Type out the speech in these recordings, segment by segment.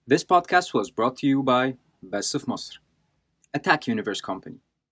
This podcast was brought to you by بس في مصر, Attack Universe Company.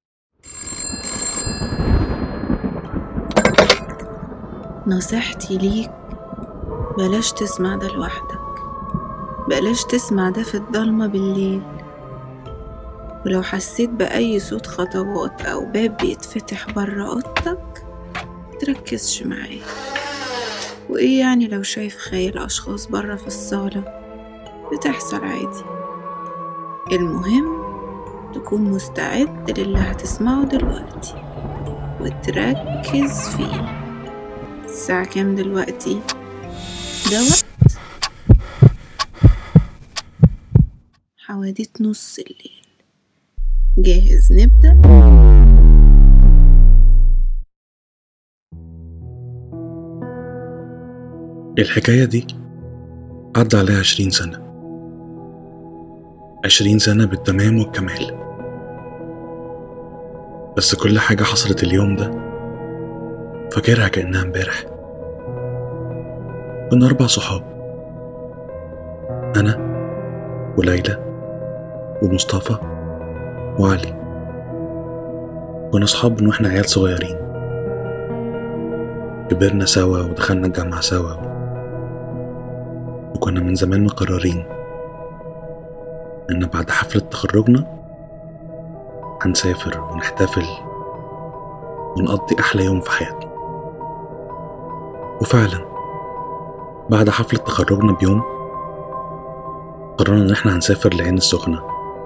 نصيحتي ليك بلاش تسمع ده لوحدك، بلاش تسمع ده في الضلمة بالليل. ولو حسيت بأي صوت خطوات أو باب بيتفتح برا أوضتك تركزش معاه. وإيه يعني لو شايف خيال أشخاص برا في الصالة؟ بتحصل عادي. المهم تكون مستعد للي هتسمعه دلوقتي وتركز فيه. الساعة كام دلوقتي؟ ده وقت حواديت نص الليل. جاهز نبدأ؟ الحكاية دي عدى عليها 20 سنة، 20 سنة بالتمام والكمال. بس كل حاجة حصلت اليوم ده فاكرها كأنها امبارح. كنا 4 صحاب، أنا وليلى ومصطفى وعلي. كنا صحاب من واحنا عيال صغيرين، كبرنا سوا ودخلنا الجامعة سوا، وكنا من زمان مقررين إن بعد حفلة تخرجنا هنسافر ونحتفل ونقضي أحلى يوم في حياتنا. وفعلا بعد حفلة تخرجنا بيوم قررنا إن احنا هنسافر لعين السخنة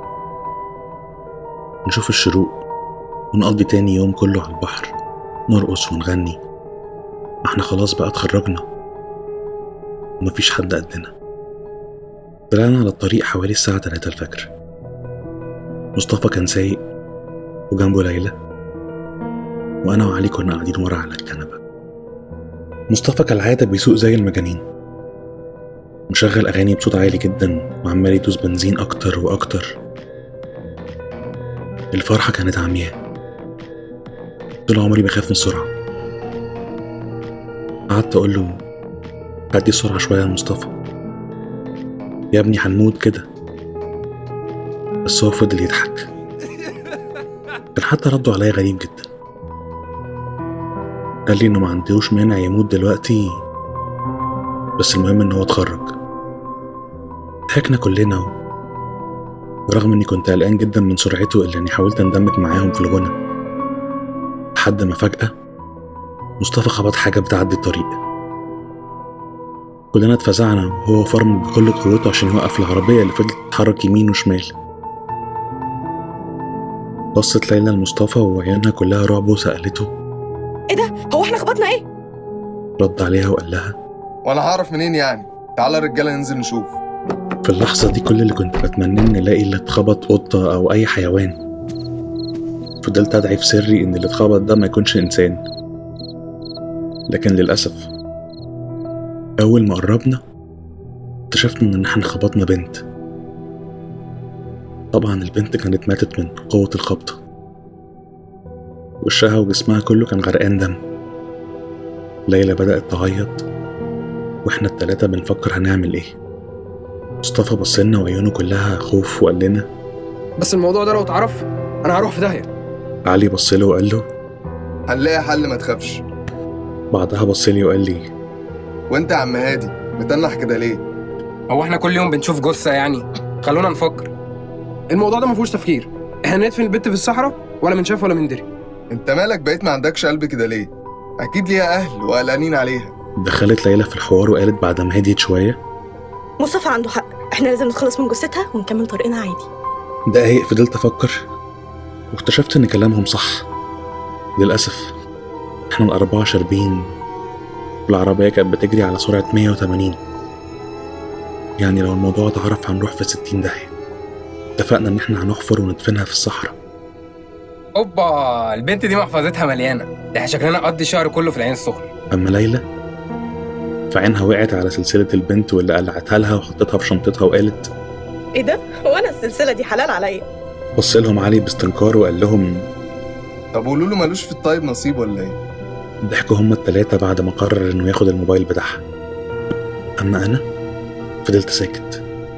نشوف الشروق ونقضي تاني يوم كله على البحر، نرقص ونغني. احنا خلاص بقى اتخرجنا ومفيش حد قدنا. طلعنا على الطريق حوالي الساعة 3 الفجر. مصطفى كان سايق وجنبه ليلى، وأنا وعلي كنا قاعدين ورا على الكنبة. مصطفى كالعادة بيسوق زي المجانين، مشغل أغاني بصوت عالي جدا وعمال يدوس بنزين أكتر وأكتر. الفرحة كانت عمياء. طول عمري بخاف من السرعة. قعدت أقول له هدي السرعة شوية يا مصطفى، يا ابني هنموت كده. بس هو فضل يضحك. كان حتى رده عليا غريب جدا. قال لي انه ما عندهوش مانع يموت دلوقتي، بس المهم انه هو اتخرج. ضحكنا كلنا، ورغم اني كنت قلقان جدا من سرعته الا اني حاولت اندمج معاهم في الغنى، لحد ما فجأة مصطفى خبط حاجة بتعدي الطريق. كلنا اتفزعنا وهو فرمل بكل قوته عشان يوقف العربية اللي فضلت تتحرك يمين وشمال. بصت ليلى لمصطفى وعيونها كلها رعب وسألته ايه ده؟ هو احنا خبطنا ايه؟ رد عليها وقال لها وانا هعرف منين يعني؟ تعالى رجاله ننزل نشوف. في اللحظة دي كل اللي كنت بتمنى ان الاقي اللي اتخبط قطة او اي حيوان. فضلت ادعي في سري ان اللي اتخبط ده ما يكونش انسان، لكن للأسف اول ما قربنا اكتشفنا ان احنا خبطنا بنت. طبعا البنت كانت ماتت من قوة الخبطة، وشها وجسمها كله كان غرقان دم. ليلى بدأت تعيط واحنا التلاتة بنفكر هنعمل ايه. مصطفى بصلنا وعيونه كلها خوف وقال لنا بس الموضوع ده لو اتعرف انا هروح في داهية. علي بصله وقال له هنلاقي حل ما تخافش. بعدها بصلي وقال لي وانت يا عم هادي بتنح كده ليه؟ هو احنا كل يوم بنشوف جثة يعني؟ خلونا نفكر. الموضوع ده ما فيهوش تفكير. احنا ندفن البت في الصحراء ولا من شاف ولا من دري. انت مالك بقيت ما عندكش قلب كده ليه؟ اكيد ليها اهل وقلقانين عليها. دخلت ليلى في الحوار وقالت بعد ما هديت شوية مصطفى عنده حق، احنا لازم نتخلص من جثتها ونكمل طريقنا عادي. دقايق فضلت افكر واكتشفت ان كلامهم صح. للأسف احنا ال4 شاربين والعربية كانت بتجري على سرعة 180، يعني لو الموضوع اتعرف هنروح في 60 داهية. اتفقنا ان احنا هنحفر وندفنها في الصحراء. اوبا، البنت دي محفظتها مليانة، ده شكلنا نقضي الشهر كله في العين السخنة. اما ليلى فعينها وقعت على سلسلة البنت واللي قلعتها لها وحطتها في شنطتها وقالت ايه ده؟ هو انا السلسلة دي حلال عليا؟ بص لهم علي باستنكار وقال لهم طب قولوا له مالوش في الطيب نصيب ولا ايه؟ ضحكوا هما التلاتة بعد ما قرر انه ياخد الموبايل بتاعها. اما انا فضلت ساكت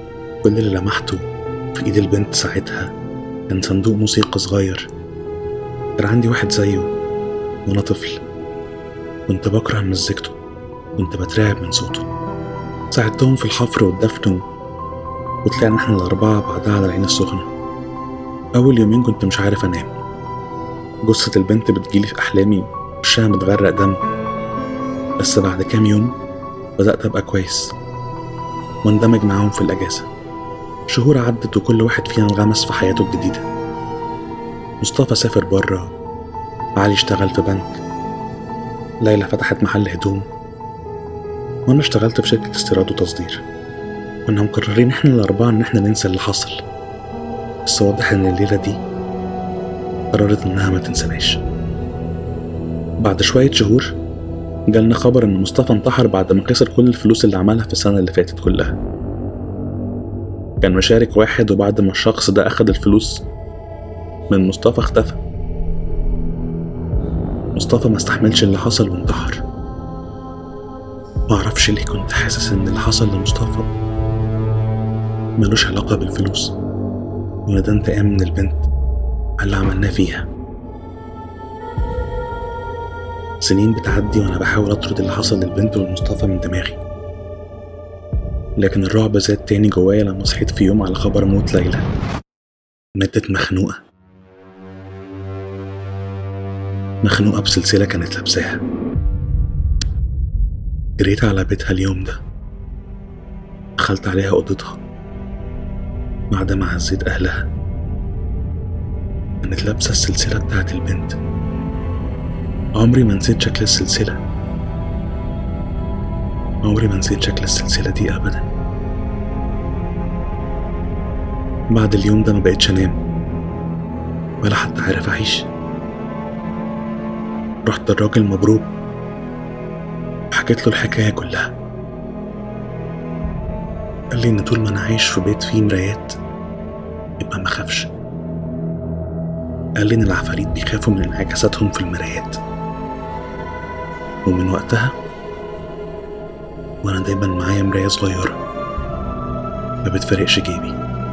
كل اللي لمحته في ايد البنت ساعتها كان صندوق موسيقى صغير. كان عندي واحد زيه وانا طفل، كنت بكره مزيكته، كنت بترعب من صوته. ساعدتهم في الحفر والدفن وطلعنا احنا الأربعة بعدها على العين السخنة. أول يومين كنت مش عارف أنام، جثة البنت بتجيلي في أحلامي وشها متغرق دم. بس بعد كام يوم بدأت أبقى كويس واندمج معاهم في الأجازة. شهور عدت وكل واحد فينا انغمس في حياته الجديدة. مصطفى سافر برا، علي اشتغل في بنك، ليلى فتحت محل هدوم، وانا اشتغلت في شركة استيراد وتصدير. كنا مقررين احنا الأربعة ان احنا ننسى اللي حصل، بس واضح ان الليلة دي قررت انها ما تنسناش. بعد شوية شهور جالنا خبر ان مصطفى انتحر بعد ما خسر كل الفلوس اللي عملها في السنة اللي فاتت كلها. كان مشارك واحد، وبعد ما الشخص ده اخد الفلوس من مصطفى اختفى. مصطفى ما استحملش اللي حصل وانتحر. معرفش ليه كنت حاسس ان اللي حصل لمصطفى ملوش علاقة بالفلوس، ولا ده انتقام من البنت على اللي عملناه فيها. سنين بتعدي وانا بحاول اطرد اللي حصل للبنت والمصطفى من دماغي، لكن الرعب زاد تاني جوايا لما صحيت في يوم على خبر موت ليلى. ماتت مخنوقة بسلسلة كانت لابساها. جريت على بيتها اليوم ده، دخلت عليها اوضتها بعد ما عزيت اهلها. كانت لابسة السلسلة بتاعت البنت. عمري ما نسيت شكل السلسلة، عمري ما نسيت شكل السلسلة دي ابدا. بعد اليوم ده ما بقيتش انام ولا حتى عارف اعيش. رحت الراجل مبروك وحكيت له الحكاية كلها. قال لي ان طول ما انا عايش في بيت فيه مرايات يبقى ما خافش. قال لي ان العفاريت بيخافوا من انعكاساتهم في المرايات، ومن وقتها وانا دايما معايا مراية صغيرة ما بتفرقش جيبي.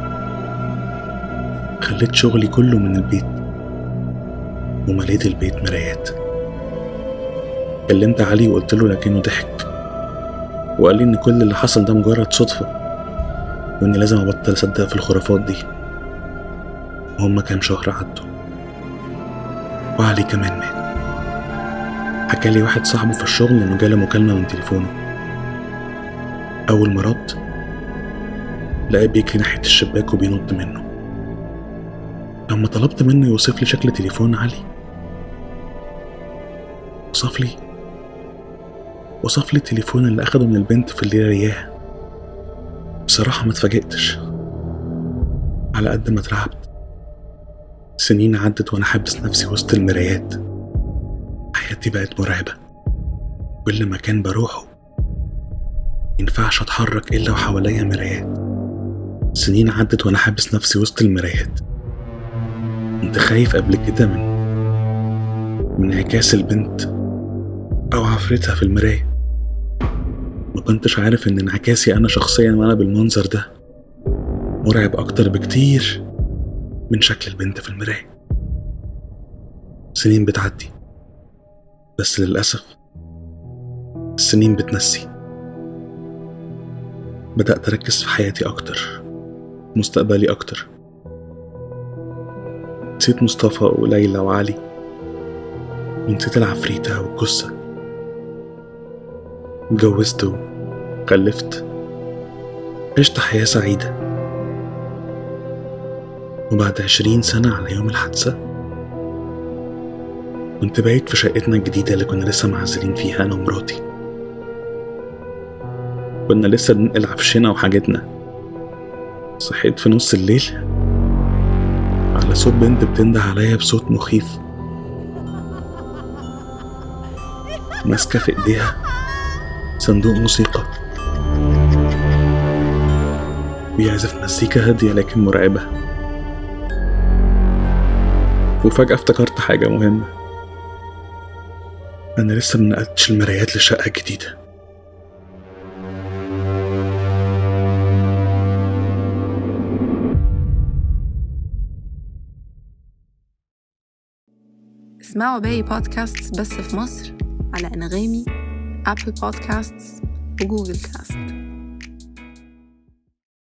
خليت شغلي كله من البيت ومليت البيت مرايات. كلمت علي وقلت له، لكنه ضحك وقال لي ان كل اللي حصل ده مجرد صدفة، واني لازم ابطل اصدق في الخرافات دي. وهم كام شهر عدوا وعلي كمان مات. حكالي واحد صاحبه في الشغل انه جاله مكالمة من تليفونه. اول ما رد لقاه بيجري ناحية الشباك وبينط منه. لما طلبت منه يوصف لي شكل تليفون علي، وصف لي التليفون اللي اخده من البنت في الليلة اياها. بصراحة ما اتفاجئتش على قد ما اترعبت. سنين عدت وانا حابس نفسي وسط المرايات. حياتي بقت مرعبة. كل مكان بروحه ينفعش اتحرك الا وحواليا مرايات. سنين عدت وانا حابس نفسي وسط المرايات. كنت خايف قبل كده من انعكاس البنت او عفرتها في المراية. ما كنتش عارف ان انعكاسي انا شخصيا وانا بالمنظر ده مرعب اكتر بكتير من شكل البنت في المراية. سنين بتعدي، بس للأسف السنين بتنسي. بدأت أركز في حياتي أكتر، مستقبلي أكتر. نسيت مصطفى وليلى وعلي، ونسيت العفريتة والجثة. اتجوزت وخلفت، عشت حياة سعيدة. وبعد 20 سنة على يوم الحادثة كنت بايت في شقتنا الجديدة اللي كنا لسه معزلين فيها أنا ومراتي. كنا لسه بننقل عفشنا وحاجتنا. صحيت في نص الليل على صوت بنت بتنده عليا بصوت مخيف، ماسكة في ايديها صندوق موسيقى بيعزف مزيكا هادية لكن مرعبة. وفجأة افتكرت حاجة مهمة. أنا لسه منقلتش المرايات للشقة الجديدة. اسمعوا باقي بودكاست بس في مصر على أنغامي، أبل بودكاست وجوجل كاست.